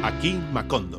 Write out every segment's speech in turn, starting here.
Aquí Macondo,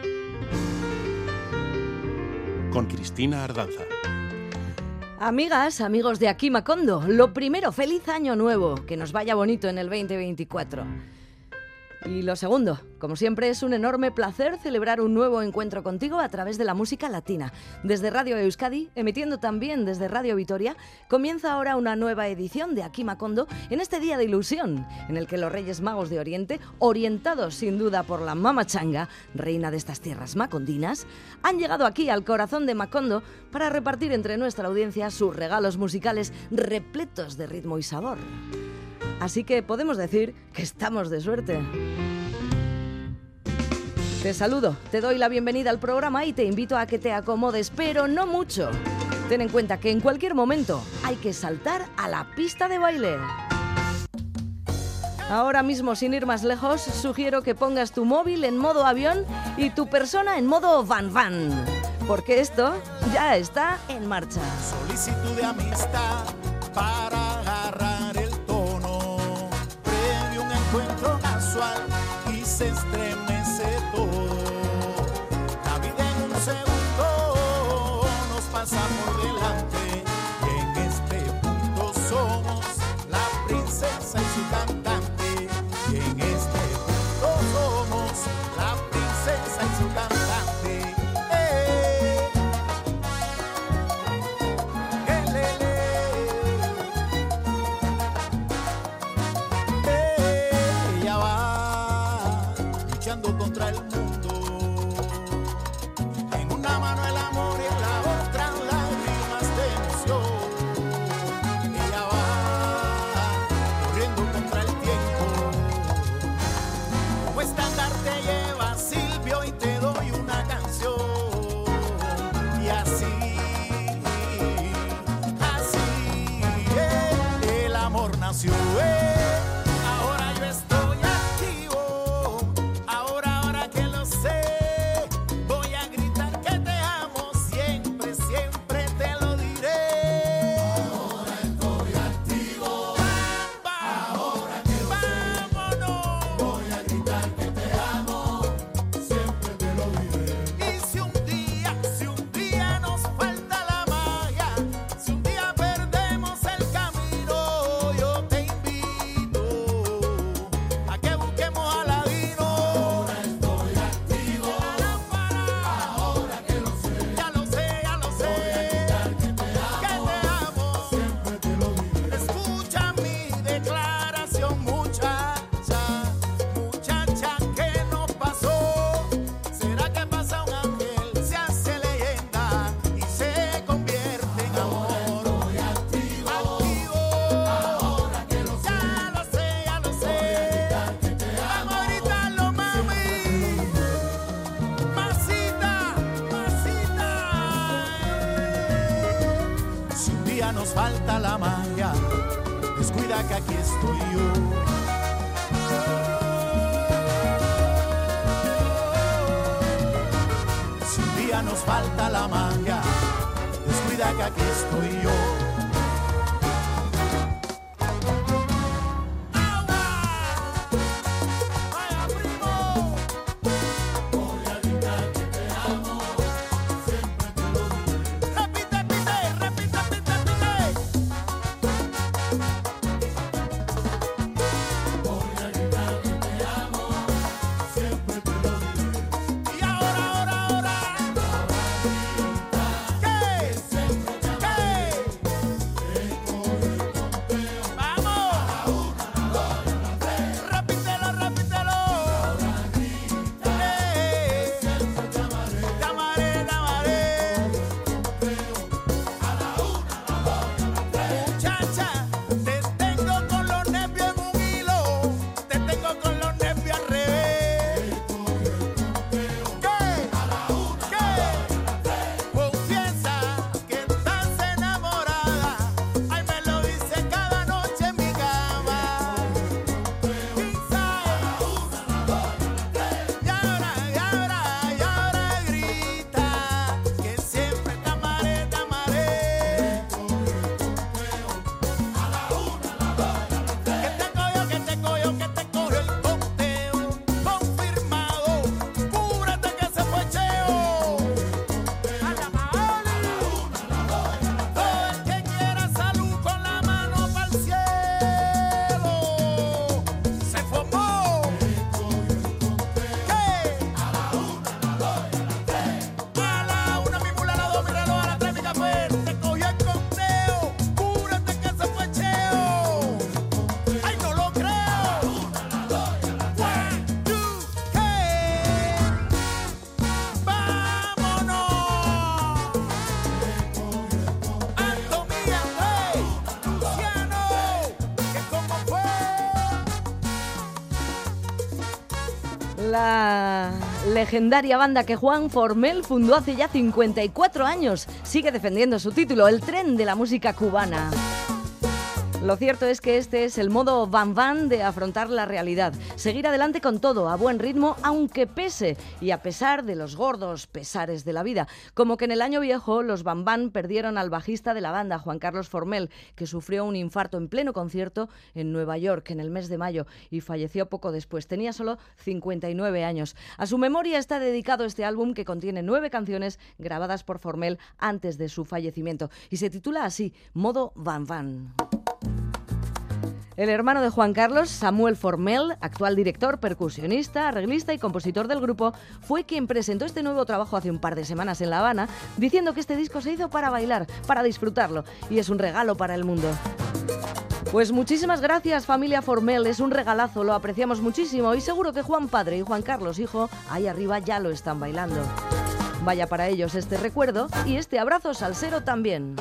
con Cristina Ardanza. Amigas, amigos de Aquí Macondo, lo primero, feliz año nuevo, que nos vaya bonito en el 2024. Y lo segundo, como siempre, es un enorme placer celebrar un nuevo encuentro contigo a través de la música latina. Desde Radio Euskadi, emitiendo también desde Radio Vitoria, comienza ahora una nueva edición de Aquí Macondo en este día de ilusión, en el que los Reyes Magos de Oriente, orientados sin duda por la Mama Changa, reina de estas tierras macondinas, han llegado aquí al corazón de Macondo para repartir entre nuestra audiencia sus regalos musicales repletos de ritmo y sabor. Así que podemos decir que estamos de suerte. Te saludo, te doy la bienvenida al programa y te invito a que te acomodes, pero no mucho. Ten en cuenta que en cualquier momento hay que saltar a la pista de baile. Ahora mismo, sin ir más lejos, sugiero que pongas tu móvil en modo avión y tu persona en modo van, porque esto ya está en marcha. Solicitud de amistad para agarrar el tono, previo un encuentro casual y se estremece todo. La vida en un segundo nos pasa por delante y en este punto somos la princesa y su cantante. Y en este punto somos la princesa y su cantante. Contra el mundo, en una mano el amor y en la otra lágrimas de emoción. Ella va corriendo contra el tiempo, como estandarte lleva Silvio y te doy una canción. Y así el amor nació. Ahora yo estoy activo. Ahora que lo sé, voy a gritar que te amo, siempre, siempre te lo diré. Ahora estoy activo, ahora que lo sé, vámonos. Voy a gritar que te amo, siempre te lo diré. Y si un día nos falta la magia, si un día perdemos el camino, yo te invito a que busquemos a la nos falta la magia, descuida que aquí estoy yo. Si un día nos falta la magia, descuida que aquí estoy yo. La legendaria banda que Juan Formel fundó hace ya 54 años sigue defendiendo su título, el tren de la música cubana. Lo cierto es que este es el modo Van Van de afrontar la realidad. Seguir adelante con todo, a buen ritmo, aunque pese, y a pesar de los gordos pesares de la vida. Como que en el año viejo los Van Van perdieron al bajista de la banda, Juan Carlos Formel, que sufrió un infarto en pleno concierto en Nueva York en el mes de mayo y falleció poco después. Tenía solo 59 años. A su memoria está dedicado este álbum que contiene 9 canciones grabadas por Formel antes de su fallecimiento y se titula así, Modo Van Van. El hermano de Juan Carlos, Samuel Formel, actual director, percusionista, arreglista y compositor del grupo, fue quien presentó este nuevo trabajo hace un par de semanas en La Habana, diciendo que este disco se hizo para bailar, para disfrutarlo, y es un regalo para el mundo. Pues muchísimas gracias, familia Formel, es un regalazo, lo apreciamos muchísimo y seguro que Juan Padre y Juan Carlos Hijo ahí arriba ya lo están bailando. Vaya para ellos este recuerdo y este abrazo salsero también.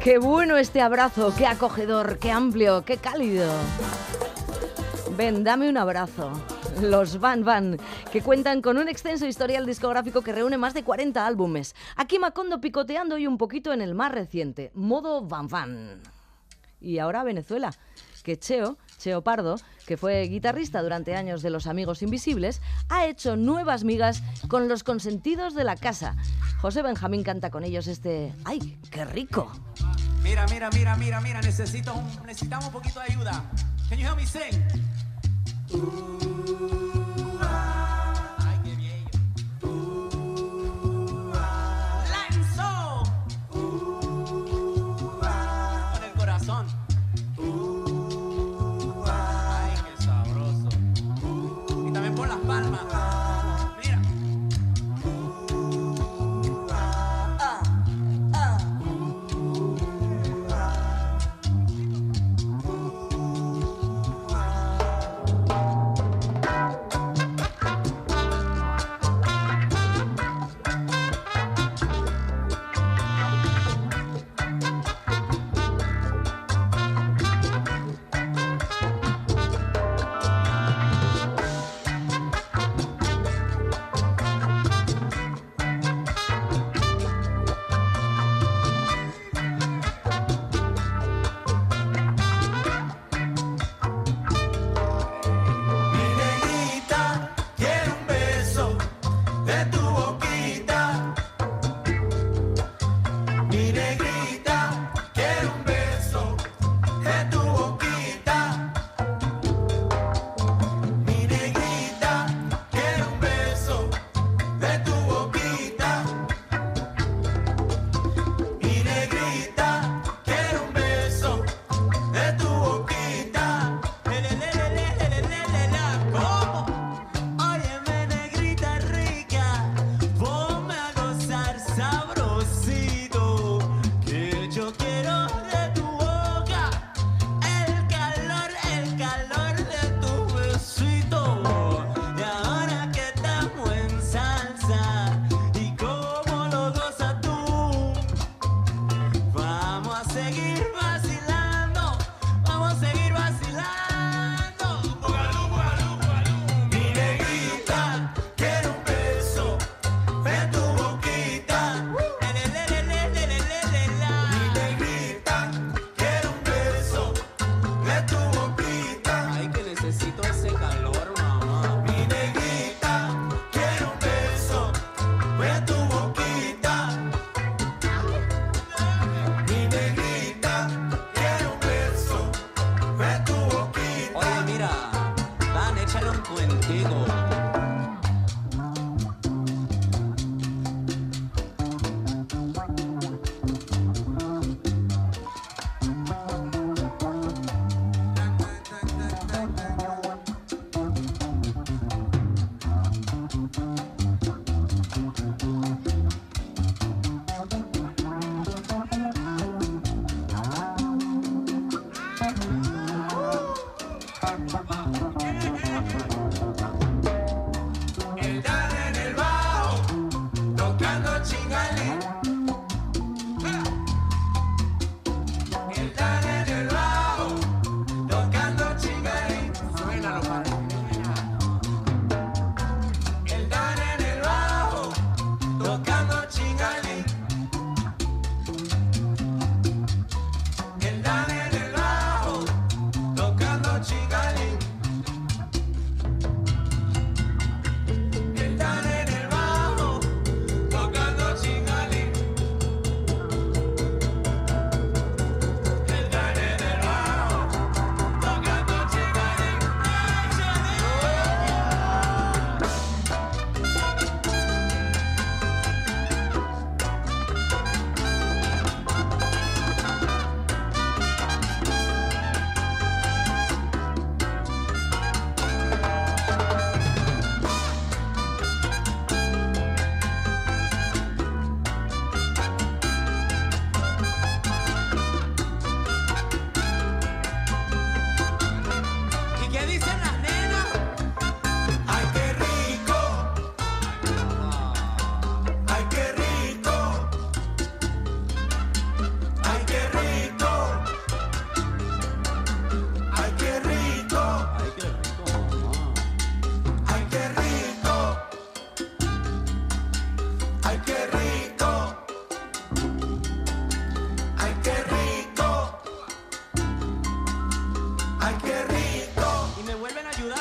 Qué bueno este abrazo, qué acogedor, qué amplio, qué cálido. Ven, dame un abrazo. Los Van Van, que cuentan con un extenso historial discográfico que reúne más de 40 álbumes. Aquí Macondo picoteando y un poquito en el más reciente, modo Van Van. Y ahora Venezuela, que Cheo Pardo, que fue guitarrista durante años de Los Amigos Invisibles, ha hecho nuevas migas con los consentidos de la casa. José Benjamín canta con ellos este ¡ay, qué rico! Mira, necesitamos un poquito de ayuda. Can you help me sing? Ay, qué bello. Latin soul. Con el corazón. Ay, qué sabroso. Y también por las palmas. Mira.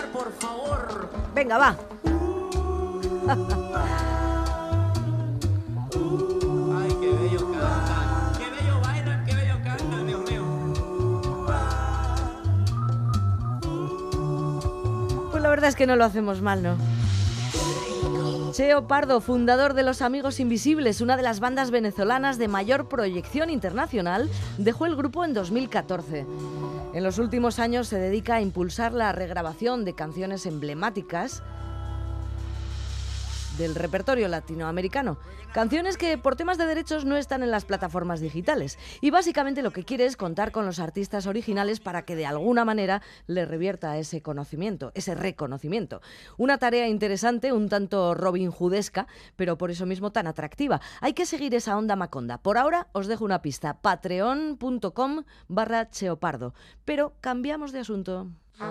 por favor. Venga, va. Ay, qué bello cantan, qué bello bailan, qué bello cantan, Dios mío. Pues la verdad es que no lo hacemos mal, ¿no? Cheo Pardo, fundador de Los Amigos Invisibles, una de las bandas venezolanas de mayor proyección internacional, dejó el grupo en 2014. En los últimos años se dedica a impulsar la regrabación de canciones emblemáticas del repertorio latinoamericano. Canciones que por temas de derechos no están en las plataformas digitales. Y básicamente lo que quiere es contar con los artistas originales para que de alguna manera le revierta ese conocimiento, ese reconocimiento. Una tarea interesante, un tanto Robin Hoodesca, pero por eso mismo tan atractiva. Hay que seguir esa onda Maconda. Por ahora os dejo una pista, patreon.com/cheopardo. Pero cambiamos de asunto.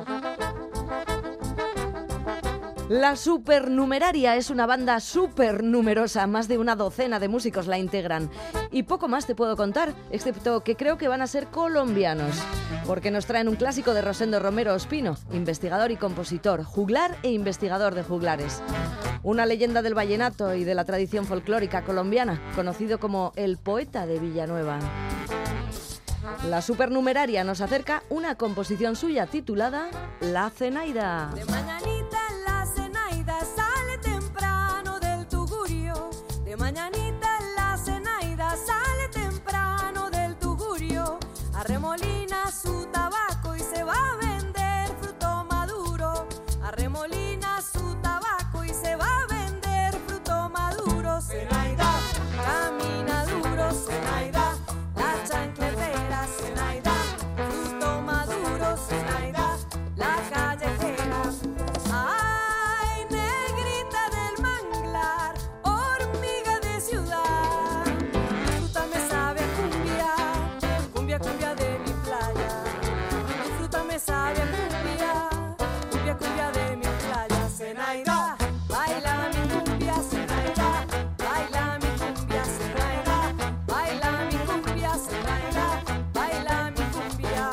La Supernumeraria es una banda súper numerosa, más de una docena de músicos la integran. Y poco más te puedo contar, excepto que creo que van a ser colombianos, porque nos traen un clásico de Rosendo Romero Ospino, investigador y compositor, juglar e investigador de juglares. Una leyenda del vallenato y de la tradición folclórica colombiana, conocido como el poeta de Villanueva. La Supernumeraria nos acerca una composición suya titulada La Zenaida. De mañanita la Zenaida sale temprano del tugurio. De mañanita la Zenaida sale temprano del tugurio. Arremolina su tabaco y se va a vender fruto maduro. Arremolina su tabaco y se va a vender fruto maduro. Zenaida camina duro, Zenaida la chancletera, Zenaida fruto maduro, Zenaida la callejera. Ay, negrita del manglar, hormiga de ciudad. Mi fruta me sabe a cumbia, cumbia, cumbia de mi playa. Mi fruta me sabe a cumbia, cumbia, cumbia de mi playa. Zenaida, baila mi cumbia, Zenaida, baila mi cumbia, Zenaida, baila mi cumbia, Zenaida, baila mi cumbia.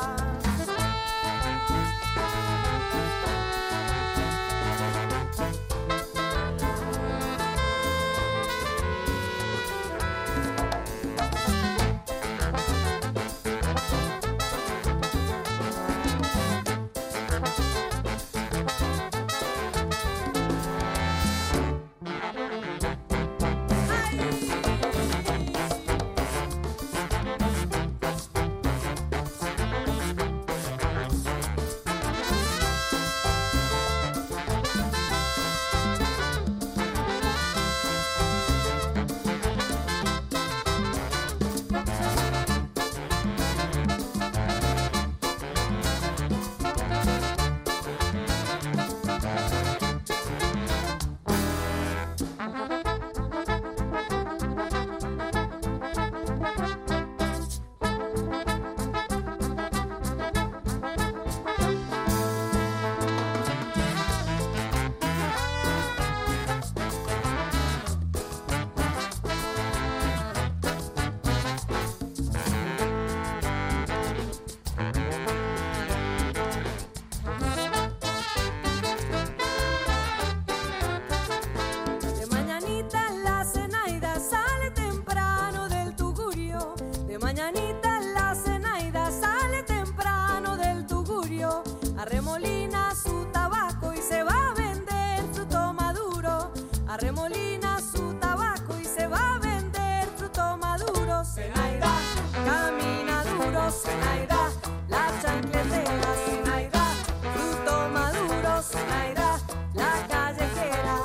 De mañanita la Zenaida sale temprano del tugurio. De mañanita la Zenaida sale temprano del tugurio. Arremolina su tabaco y se va a vender fruto maduro. Arremolina su tabaco y se va a vender fruto maduro. Zenaida camina duro, Zenaida la chancletera, Zenaida fruto maduro, Zenaida la callejera.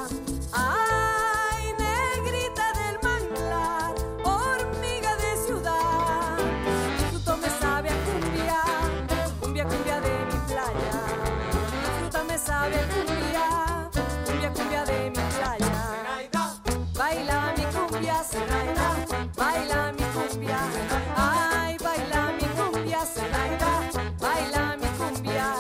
Ay, negrita del manglar, hormiga de ciudad. Mi fruto me sabe a cumbia, cumbia, cumbia de mi playa. Mi fruta me sabe a cumbia, cumbia, cumbia de mi playa. Baila mi cumbia, Zenaida, baila mi cumbia. Ay, baila mi cumbia, Zenaida, baila mi cumbia.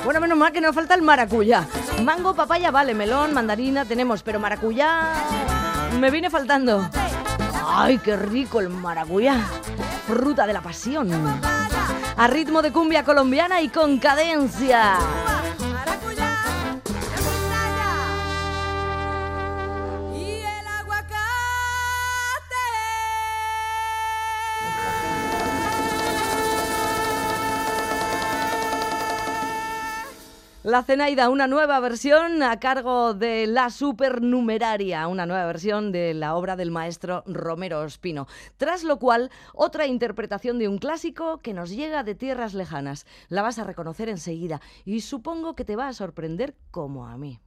Bueno, menos mal que nos falta el maracuyá. Mango, papaya, vale, melón, mandarina tenemos, pero maracuyá me viene faltando. ¡Ay, qué rico el maracuyá! Fruta de la pasión. A ritmo de cumbia colombiana y con cadencia. Maracuyá, de montaña y el aguacate. La Zenaida, una nueva versión a cargo de La Supernumeraria, una nueva versión de la obra del maestro Romero Ospino. Tras lo cual, otra interpretación de un clásico que nos llega de tierras lejanas. La vas a reconocer enseguida y supongo que te va a sorprender como a mí.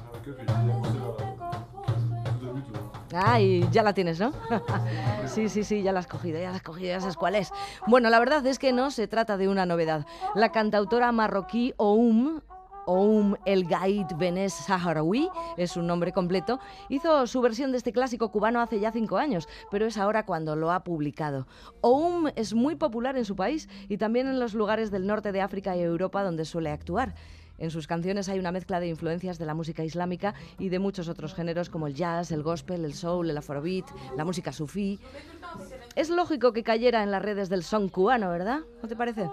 Ay, ya la tienes, ¿no? Sí, ya la has cogido, ya sabes cuál es. Bueno, la verdad es que no se trata de una novedad. La cantautora marroquí Oum El Gaid Benes Saharaui, es su nombre completo, hizo su versión de este clásico cubano hace ya 5 años, pero es ahora cuando lo ha publicado. Oum es muy popular en su país y también en los lugares del norte de África y Europa donde suele actuar. En sus canciones hay una mezcla de influencias de la música islámica y de muchos otros géneros como el jazz, el gospel, el soul, el afrobeat, la música sufí. Es lógico que cayera en las redes del son cubano, ¿verdad? ¿No te parece?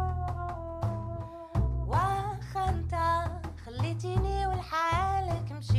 واخا انت خليتيني ولحالك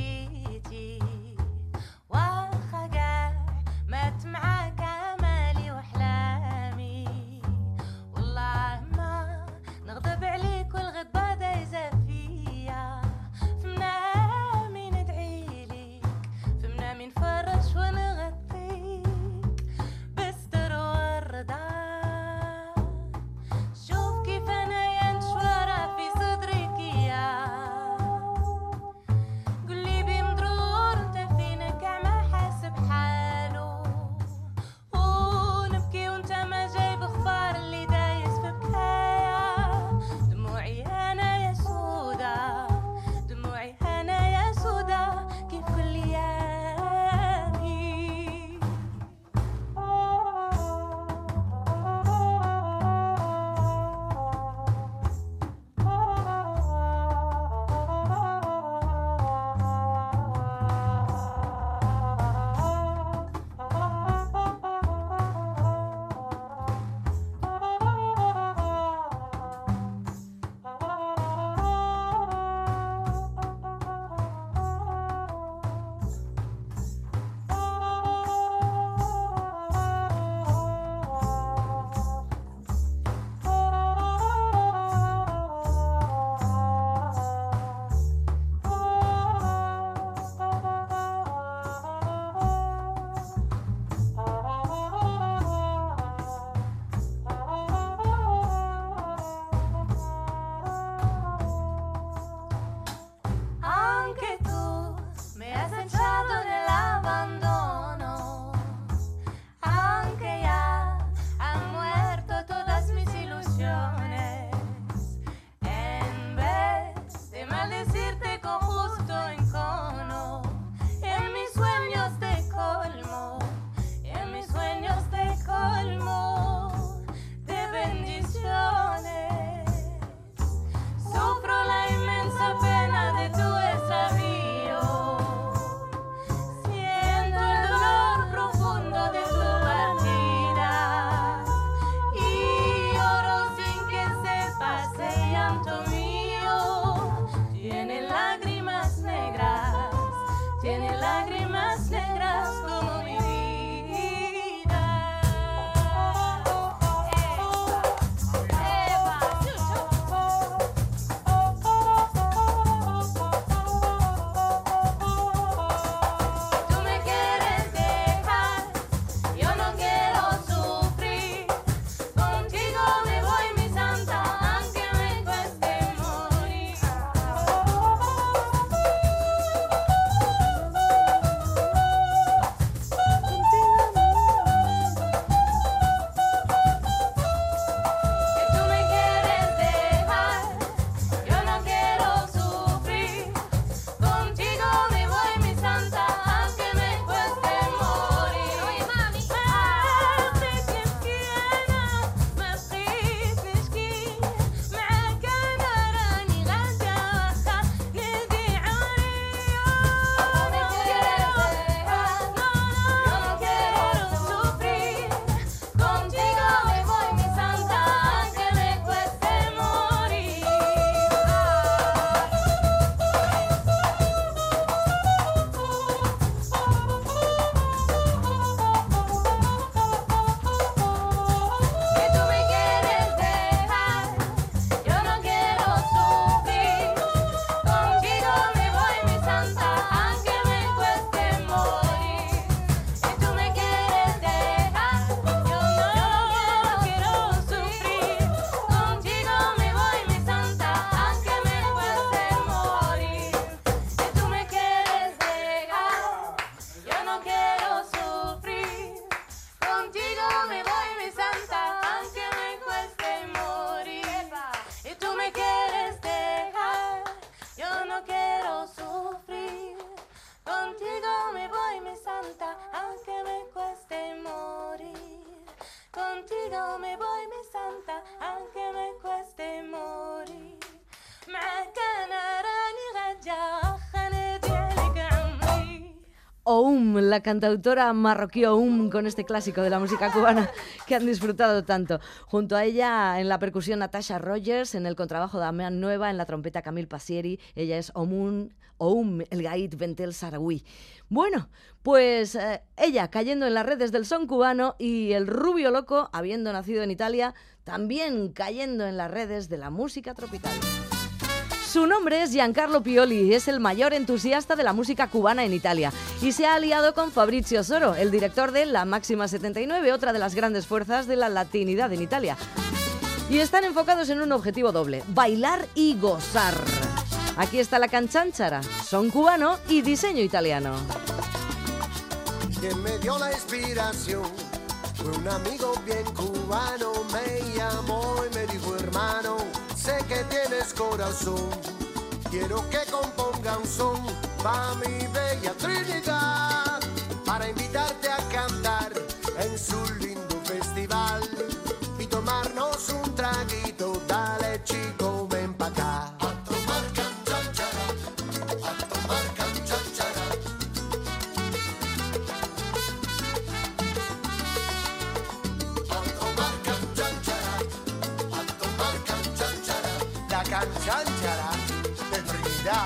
contigo me voy, mi santa, aunque me cueste morir. معك أنا راني غادية خلي ديالك عمري. Oum, la cantautora marroquí Oum, con este clásico de la música cubana que han disfrutado tanto. Junto a ella, en la percusión, Natasha Rogers, en el contrabajo, Damián Nueva, en la trompeta, Camille Passieri. Ella es Oum el Gaid Bentel Sarawi. Bueno, pues ella cayendo en las redes del son cubano y el Rubio Loco, habiendo nacido en Italia, también cayendo en las redes de la música tropical. Su nombre es Giancarlo Pioli, es el mayor entusiasta de la música cubana en Italia y se ha aliado con Fabrizio Soro, el director de La Máxima 79, otra de las grandes fuerzas de la latinidad en Italia. Y están enfocados en un objetivo doble, bailar y gozar. Aquí está la canchanchara, son cubano y diseño italiano. Quien me dio la inspiración fue un amigo bien cubano, me llamó y me dijo: hermano, sé que tienes corazón, quiero que componga un son pa' mi bella Trinidad, para invitarte a cantar en su lindo festival y tomarnos un traguito. Dale chico, ven pa' acá. A tomar canchanchara, a tomar canchanchara. La canchanchara de Trinidad.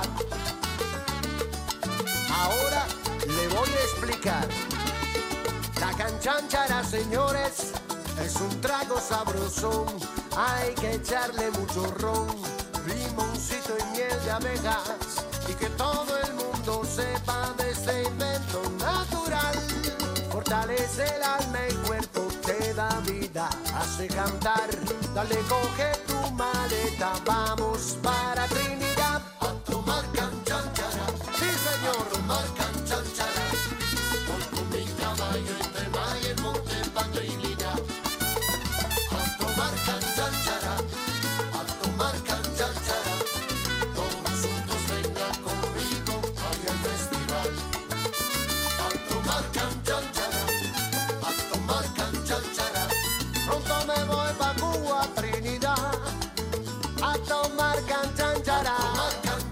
Ahora le voy a explicar. La canchanchara, señores, es un trago sabrosón. Hay que echarle mucho ron, limoncito y miel de abejas, y que todo el mundo sepa de este invento natural. Fortalece el alma y cuerpo, te da vida, hace cantar. Dale, coge tu maleta, vamos para Trinidad a tomar canchanchara. Sí, señor, tomar canchanchara. Voy con mi caballo entre mar y el monte pa' Trinidad a tomar canchanchara, a tomar canchanchara. Todos juntos vengan conmigo allá al festival a tomar canchanchara, a tomar canchanchara. Pronto me voy pa' Cuba, Trinidad, a tomar canchanchara, a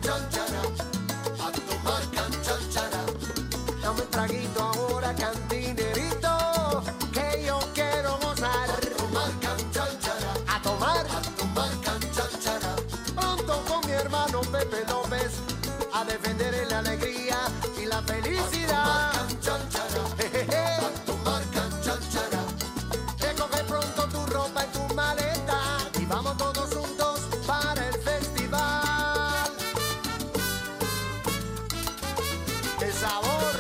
tomar canchanchara. Dame un traguito ahora, cantinerito, que yo quiero gozar. A tomar canchanchara, a tomar canchanchara. Pronto con mi hermano Pepe López a defender la alegría y la felicidad. A tomar canchanchara, a tomar canchanchara. Recoge pronto tu ropa y tu maleta y vamos todos juntos para el festival. ¡Qué sabor!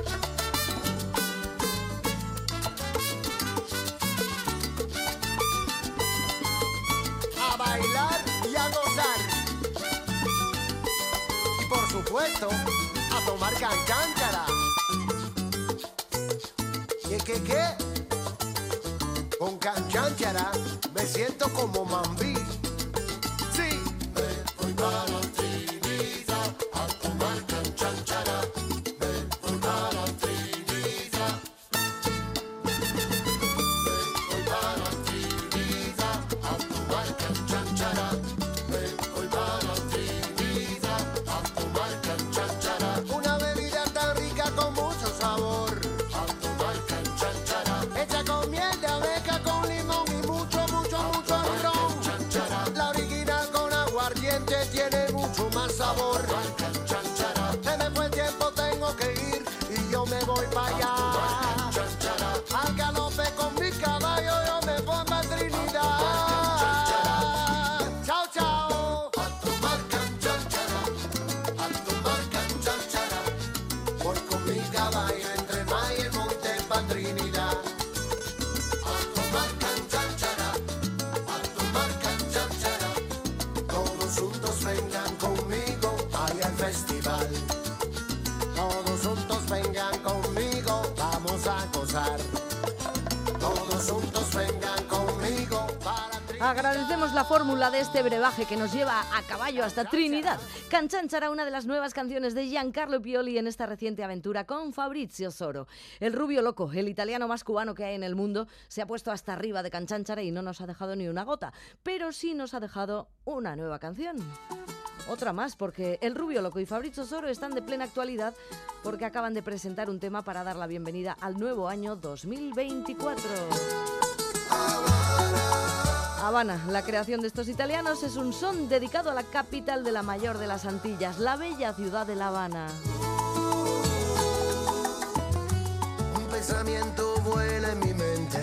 A bailar y a gozar. Y por supuesto, a tomar canchanchara. ¿Qué? Con canchanchara me siento como Mambí. Sí. Me voy para Trinidad a tomar canchanchara. Me voy para Trinidad. Me voy para Trinidad a tomar canchanchara. Me voy para Trinidad a tomar canchanchara. Una bebida tan rica con mucho sabor. A tomar canchanchara. Hecha con miel de abeja, con limón y mucho ron. La original con aguardiente tiene mucho más sabor. Se me fue el tiempo, tengo que ir y yo me voy para allá. Al galope con mi caballo yo me voy para Trinidad. Chao, chao. A tomar canchanchara, a tomar canchanchara. Voy con mi caballo entre el mar y el monte para Trinidad. A tomar canchanchara, a tomar canchanchara. Todos juntos vengan conmigo allá al festival. Todos juntos vengan conmigo, vamos Agradecemos la fórmula de este brebaje que nos lleva a caballo hasta Trinidad. Canchanchara, una de las nuevas canciones de Giancarlo Pioli en esta reciente aventura con Fabrizio Soro. El rubio loco, el italiano más cubano que hay en el mundo, se ha puesto hasta arriba de Canchanchara y no nos ha dejado ni una gota, pero sí nos ha dejado una nueva canción. Otra más, porque el Rubio Loco y Fabrizio Soro están de plena actualidad porque acaban de presentar un tema para dar la bienvenida al nuevo año 2024. Habana, la creación de estos italianos, es un son dedicado a la capital de la mayor de las Antillas, la bella ciudad de La Habana. Un pensamiento vuela en mi mente.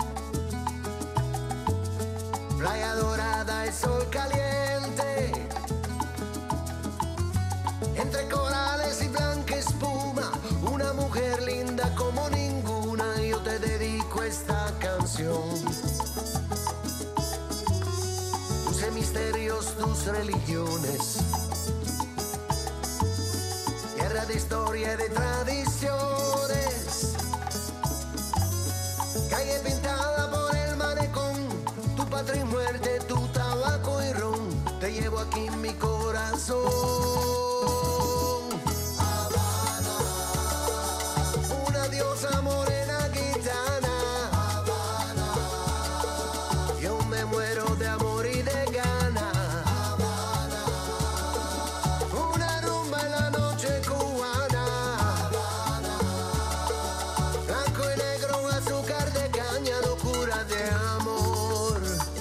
Playa dorada, el sol caliente. Entre corales y blanca espuma, una mujer linda como ninguna. Yo te dedico esta canción. Tus misterios, tus religiones, tierra de historia y de tradiciones. Calle pintada por el malecón, tu patria y muerte, tu tabaco y ron. Te llevo aquí en mi corazón. Una diosa morena gitana. Yo me muero de amor y de gana. Una rumba en la noche cubana. Blanco y negro, azúcar de caña, locura de amor.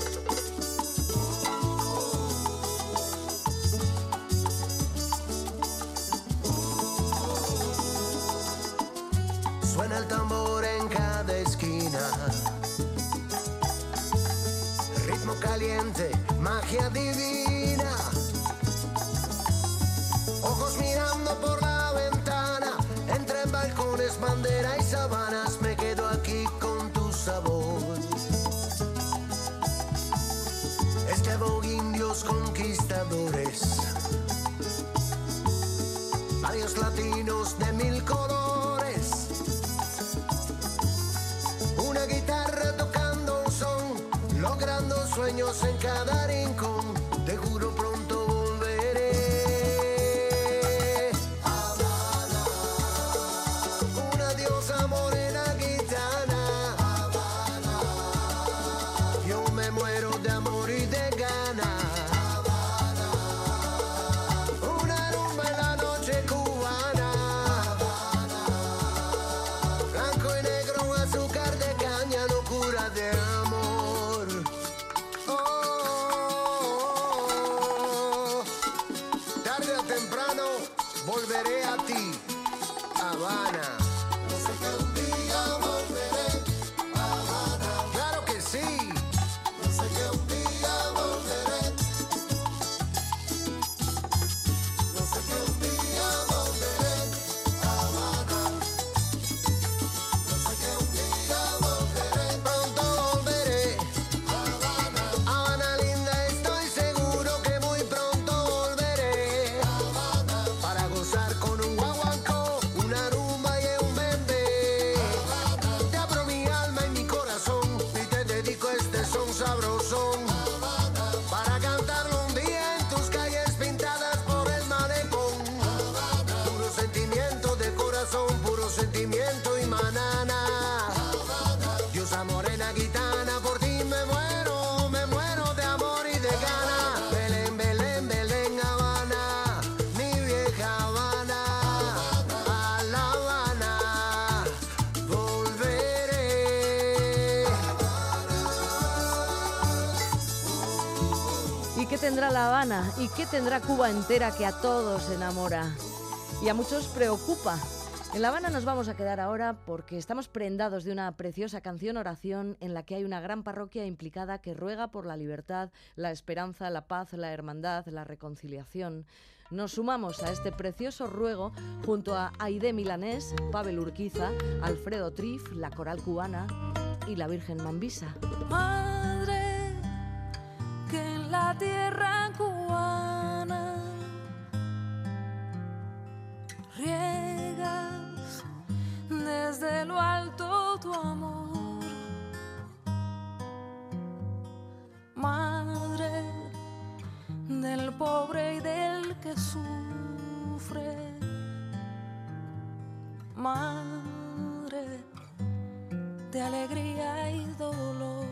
Suena el tambor en cada esquina. Ritmo caliente, magia divina. Ojos mirando por la ventana. Entre balcones, bandera y sabanas. Me quedo aquí con tu sabor. Esclavo, indios, conquistadores. Varios latinos de mil colores. Una guitarra tocando un son, logrando sueños en cada rincón. Te juro pronto volveré. Habana, una diosa morena gitana. Habana, yo me muero de amor y de gana. Habana, una rumba en la noche cubana. Habana, blanco y negro, azúcar de caña, locura de amor. Oh, tarde o temprano volveré a ti, Habana. No sé que un día volveré, Habana. Claro que sí. No sé que un día volveré. No sé que un día volveré, Habana. No sé que un día volveré. Pronto volveré, Habana. Habana linda, estoy seguro que muy pronto volveré, Habana. Para gozar con un guaguancó, una rumba y un bembé, Habana. Te abro mi alma y mi corazón y te dedico este son sabrosón, Habana. Para cantarlo un día en tus calles pintadas por el malecón, Habana. Puro sentimiento de corazón, puro sentimiento y manana, Habana. Diosa morena gitana, por ti me muero de amor y de gana. Belén, Belén, Belén, Habana, mi vieja Habana. A La Habana volveré. ¿Y qué tendrá La Habana? ¿Y qué tendrá Cuba entera que a todos enamora? Y a muchos preocupa. En La Habana nos vamos a quedar ahora porque estamos prendados de una preciosa canción oración en la que hay una gran parroquia implicada que ruega por la libertad, la esperanza, la paz, la hermandad, la reconciliación. Nos sumamos a este precioso ruego junto a Aide Milanés, Pavel Urquiza, Alfredo Trif, la Coral Cubana y la Virgen Mambisa. Madre, que en la tierra cubana riegas desde lo alto tu amor. Madre, pobre y del que sufre. Madre de alegría y dolor.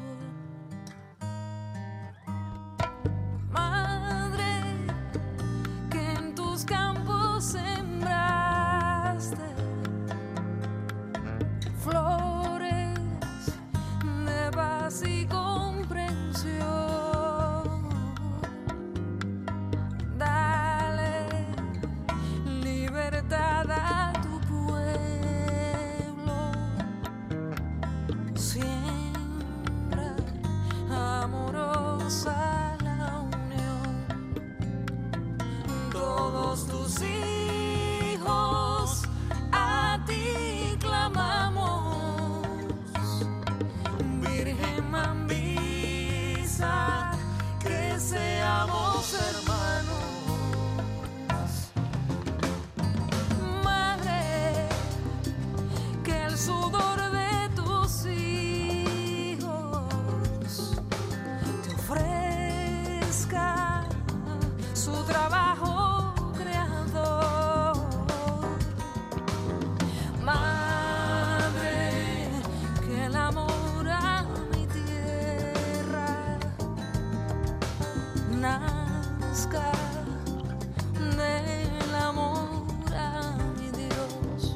Madre que en tus campos sembraste flores de paz y comprensión. Dale libertad a tu pueblo. Siembra amorosa la unión. Todos tus hijos a ti clamamos. Virgen Mambisa, que seamos hermanos. Madre, que el sudor de tus hijos te ofrezca su trabajo creador. Madre, que el amor a mi tierra nazca del amor a mi Dios.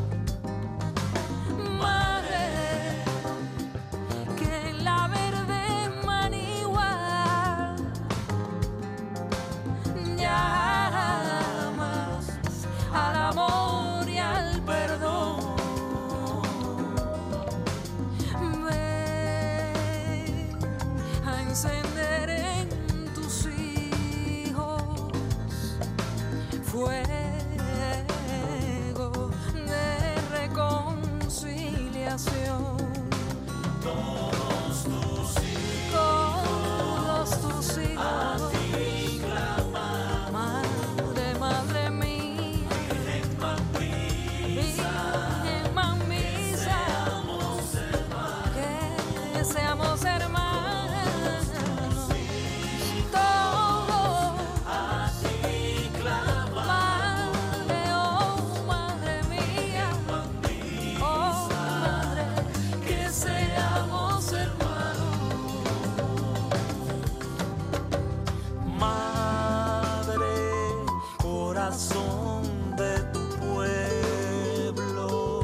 Madre, que en la verde Manigua llamas al amor y al perdón. Ven a encender en tus hijos fuego de reconciliación. Todos tus hijos a ti claman. Madre, madre mía, Virgen Mambisa, que seamos hermanos. Todos a ti claman. Madre, oh madre mía, oh madre, que seamos hermanos. Madre, corazón de tu pueblo,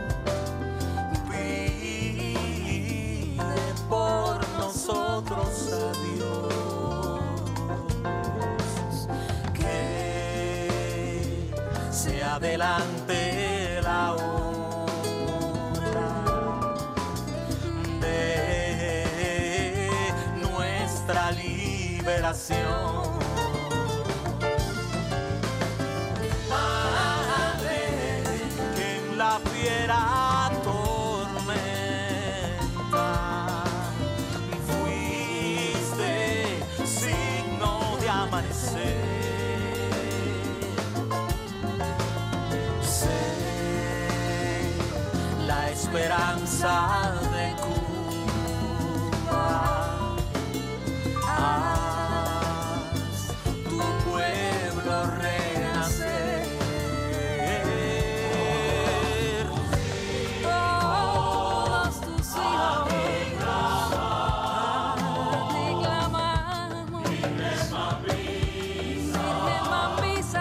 pide por nosotros a Dios que se adelante la hora de nuestra liberación. Madre, que en la fiera tormenta fuiste signo de amanecer. Sé la esperanza de Cuba. Haz tu pueblo renacer. Todos tus hijos a ti clamamos. Virgen Mambisa,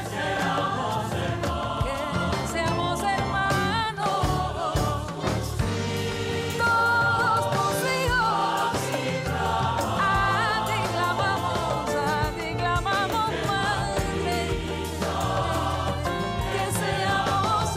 que seamos hermanos. Todos tus hijos a ti clamamos, madre, que seamos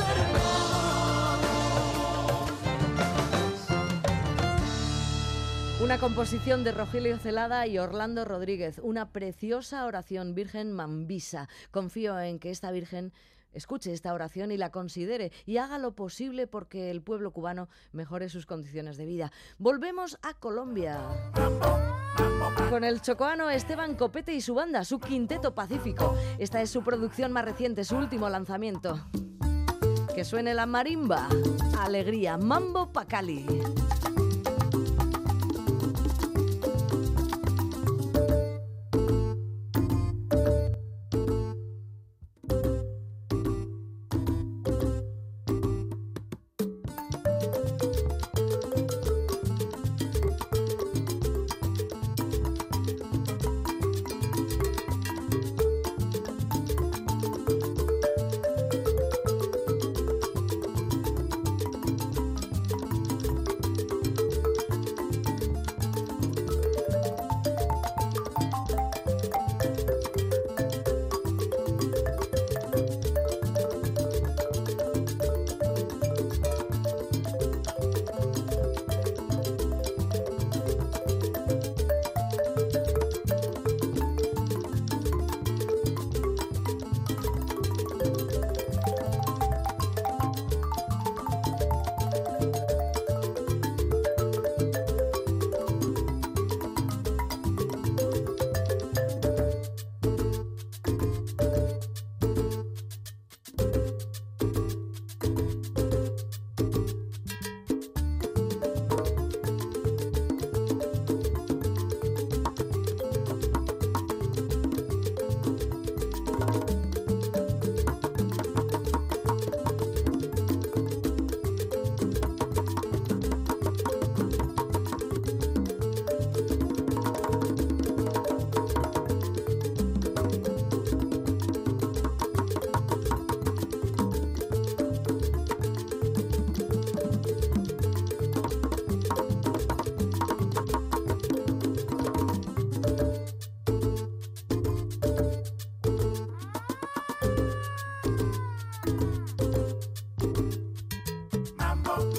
hermanos. Una composición de Rogelio Celada y Orlando Rodríguez. Una preciosa oración, Virgen Mambisa. Confío en que esta Virgen escuche esta oración y la considere y haga lo posible porque el pueblo cubano mejore sus condiciones de vida. Volvemos a Colombia. Con el chocoano Esteban Copete y su banda, su Quinteto Pacífico. Esta es su producción más reciente, su último lanzamiento. Que suene la marimba. Alegría, Mambo pa' Cali.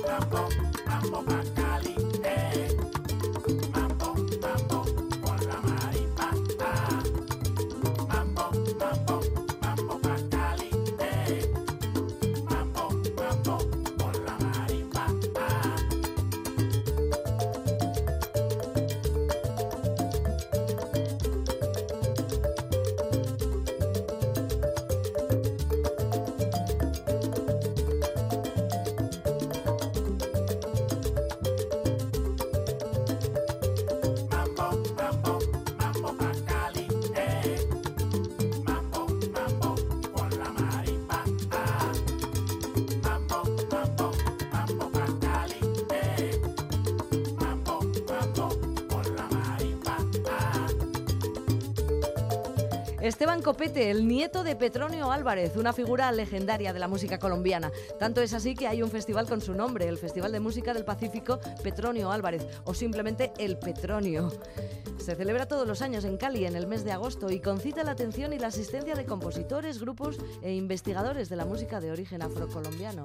mambo, mambo pa' Cali, mambo, mambo con la marimba, mambo, mambo, mambo pa' Cali, mambo, mambo con la marimba. Mambo, mambo, mambo pa' Cali, mambo, mambo con la marimba, mambo, mambo, mambo pa' Cali, mambo, mambo con la marimba. Esteban Copete, el nieto de Petronio Álvarez, una figura legendaria de la música colombiana. Tanto es así que hay un festival con su nombre, el Festival de Música del Pacífico Petronio Álvarez, o simplemente el Petronio. Se celebra todos los años en Cali en el mes de agosto y concita la atención y la asistencia de compositores, grupos e investigadores de la música de origen afrocolombiano.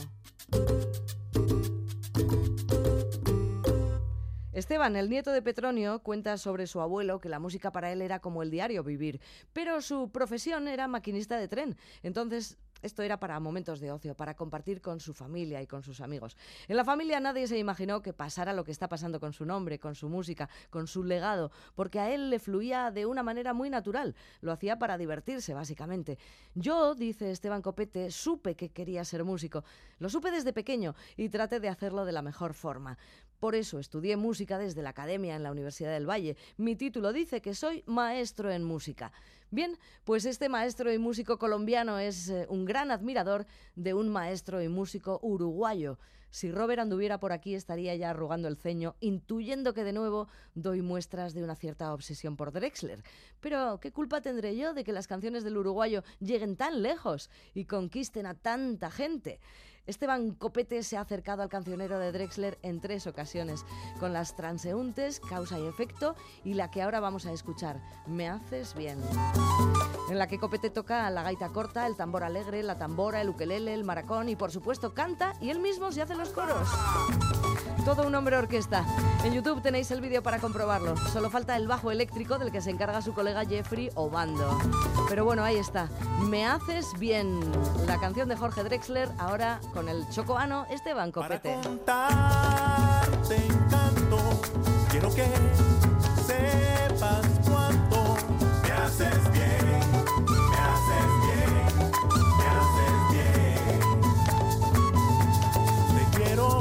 Esteban, el nieto de Petronio, cuenta sobre su abuelo que la música para él era como el diario vivir, pero su profesión era maquinista de tren. Entonces, esto era para momentos de ocio, para compartir con su familia y con sus amigos. En la familia nadie se imaginó que pasara lo que está pasando con su nombre, con su música, con su legado, porque a él le fluía de una manera muy natural. Lo hacía para divertirse, básicamente. Yo, dice Esteban Copete, supe que quería ser músico. Lo supe desde pequeño y traté de hacerlo de la mejor forma. Por eso estudié música desde la academia en la Universidad del Valle. Mi título dice que soy maestro en música. Bien, pues este maestro y músico colombiano es un gran admirador de un maestro y músico uruguayo. Si Robert anduviera por aquí estaría ya arrugando el ceño, intuyendo que de nuevo doy muestras de una cierta obsesión por Drexler. Pero, ¿qué culpa tendré yo de que las canciones del uruguayo lleguen tan lejos y conquisten a tanta gente? Esteban Copete se ha acercado al cancionero de Drexler en 3 ocasiones, con las transeúntes, Causa y Efecto, y la que ahora vamos a escuchar, Me haces bien, en la que Copete toca la gaita corta, el tambor alegre, la tambora, el ukelele, el maracón y por supuesto canta y él mismo se hace los coros. Todo un hombre orquesta. En YouTube tenéis el vídeo para comprobarlo. Solo falta el bajo eléctrico del que se encarga su colega Jeffrey Obando. Pero bueno, ahí está. Me haces bien. La canción de Jorge Drexler, ahora con el chocoano Esteban Copete. Para contarte encanto, quiero que sepas cuánto me haces bien, me haces bien, me haces bien. Te quiero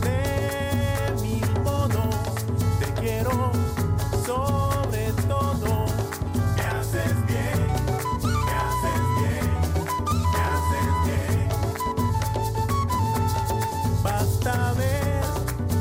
de mil modos, te quiero sobre todo. Me haces bien, me haces bien, me haces bien. Basta ver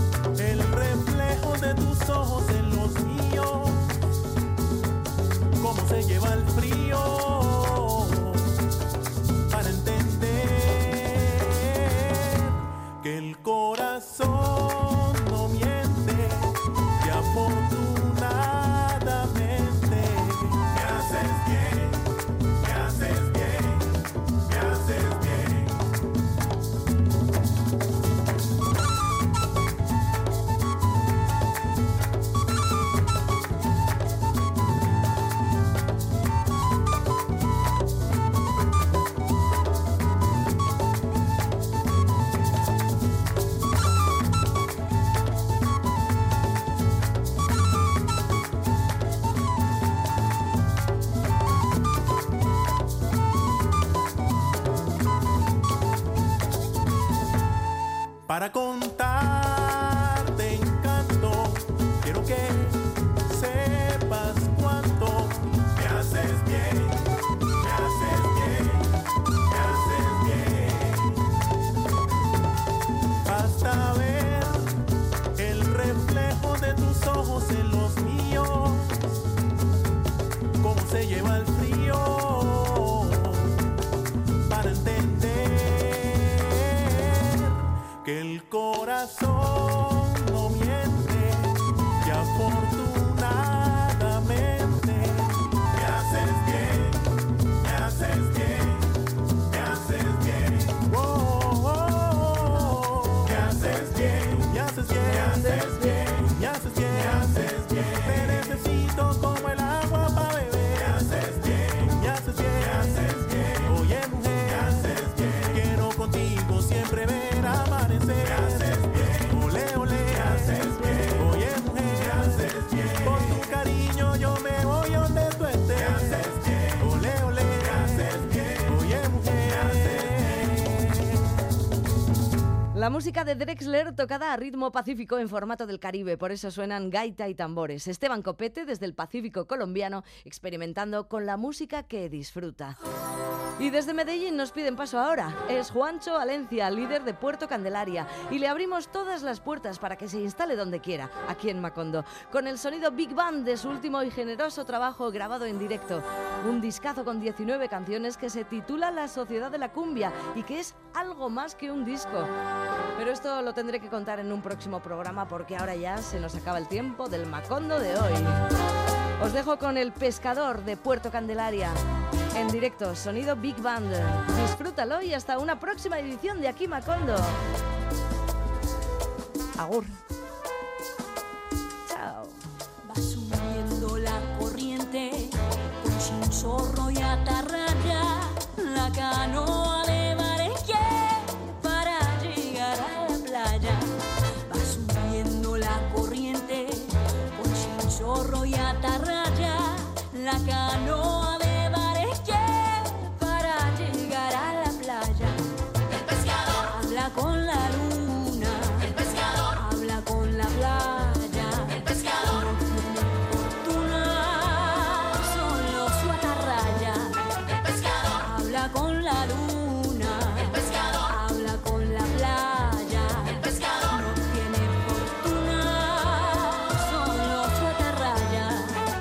haces bien, me haces bien, me haces bien, me haces bien. Te necesito como el agua para beber. Me haces bien, me haces bien, me haces bien. Oye mujer, me haces bien. Quiero contigo siempre ver amanecer. Me haces bien, ole ole, me haces bien. Oye mujer, me haces bien. Por tu cariño yo me voy donde tú estés. Me haces bien, ole ole, me haces bien. Oye mujer, me haces bien. La música de Drexler tocada a ritmo pacífico en formato del Caribe, por eso suenan gaita y tambores. Esteban Copete desde el Pacífico colombiano experimentando con la música que disfruta. Y desde Medellín nos piden paso ahora. Es Juancho Valencia, líder de Puerto Candelaria, y le abrimos todas las puertas para que se instale donde quiera, aquí en Macondo, con el sonido Big Band de su último y generoso trabajo grabado en directo. Un discazo con 19 canciones que se titula La Sociedad de la Cumbia y que es algo más que un disco. Pero esto lo tendré que contar en un próximo programa porque ahora ya se nos acaba el tiempo del Macondo de hoy. Os dejo con El Pescador de Puerto Candelaria. En directo, sonido Big Band. Disfrútalo y hasta una próxima edición de Aquí Macondo. Agur. Chao. Va subiendo la corriente con chinchorro y atarraya, la canoa de Marequé para llegar a la playa. Va subiendo la corriente con chinchorro y atarraya, la canoa de con la luna, el pescador habla con la playa, el pescador no tiene fortuna, solo su atarraya, el pescador habla con la luna, el pescador habla con la playa, el pescador no tiene fortuna, solo su atarraya.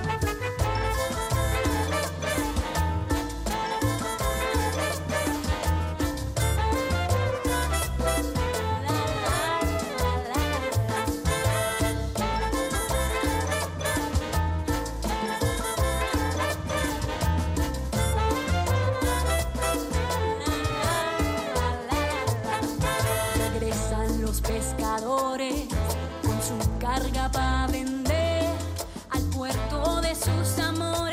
Pescadores con su carga para vender al puerto de sus amores.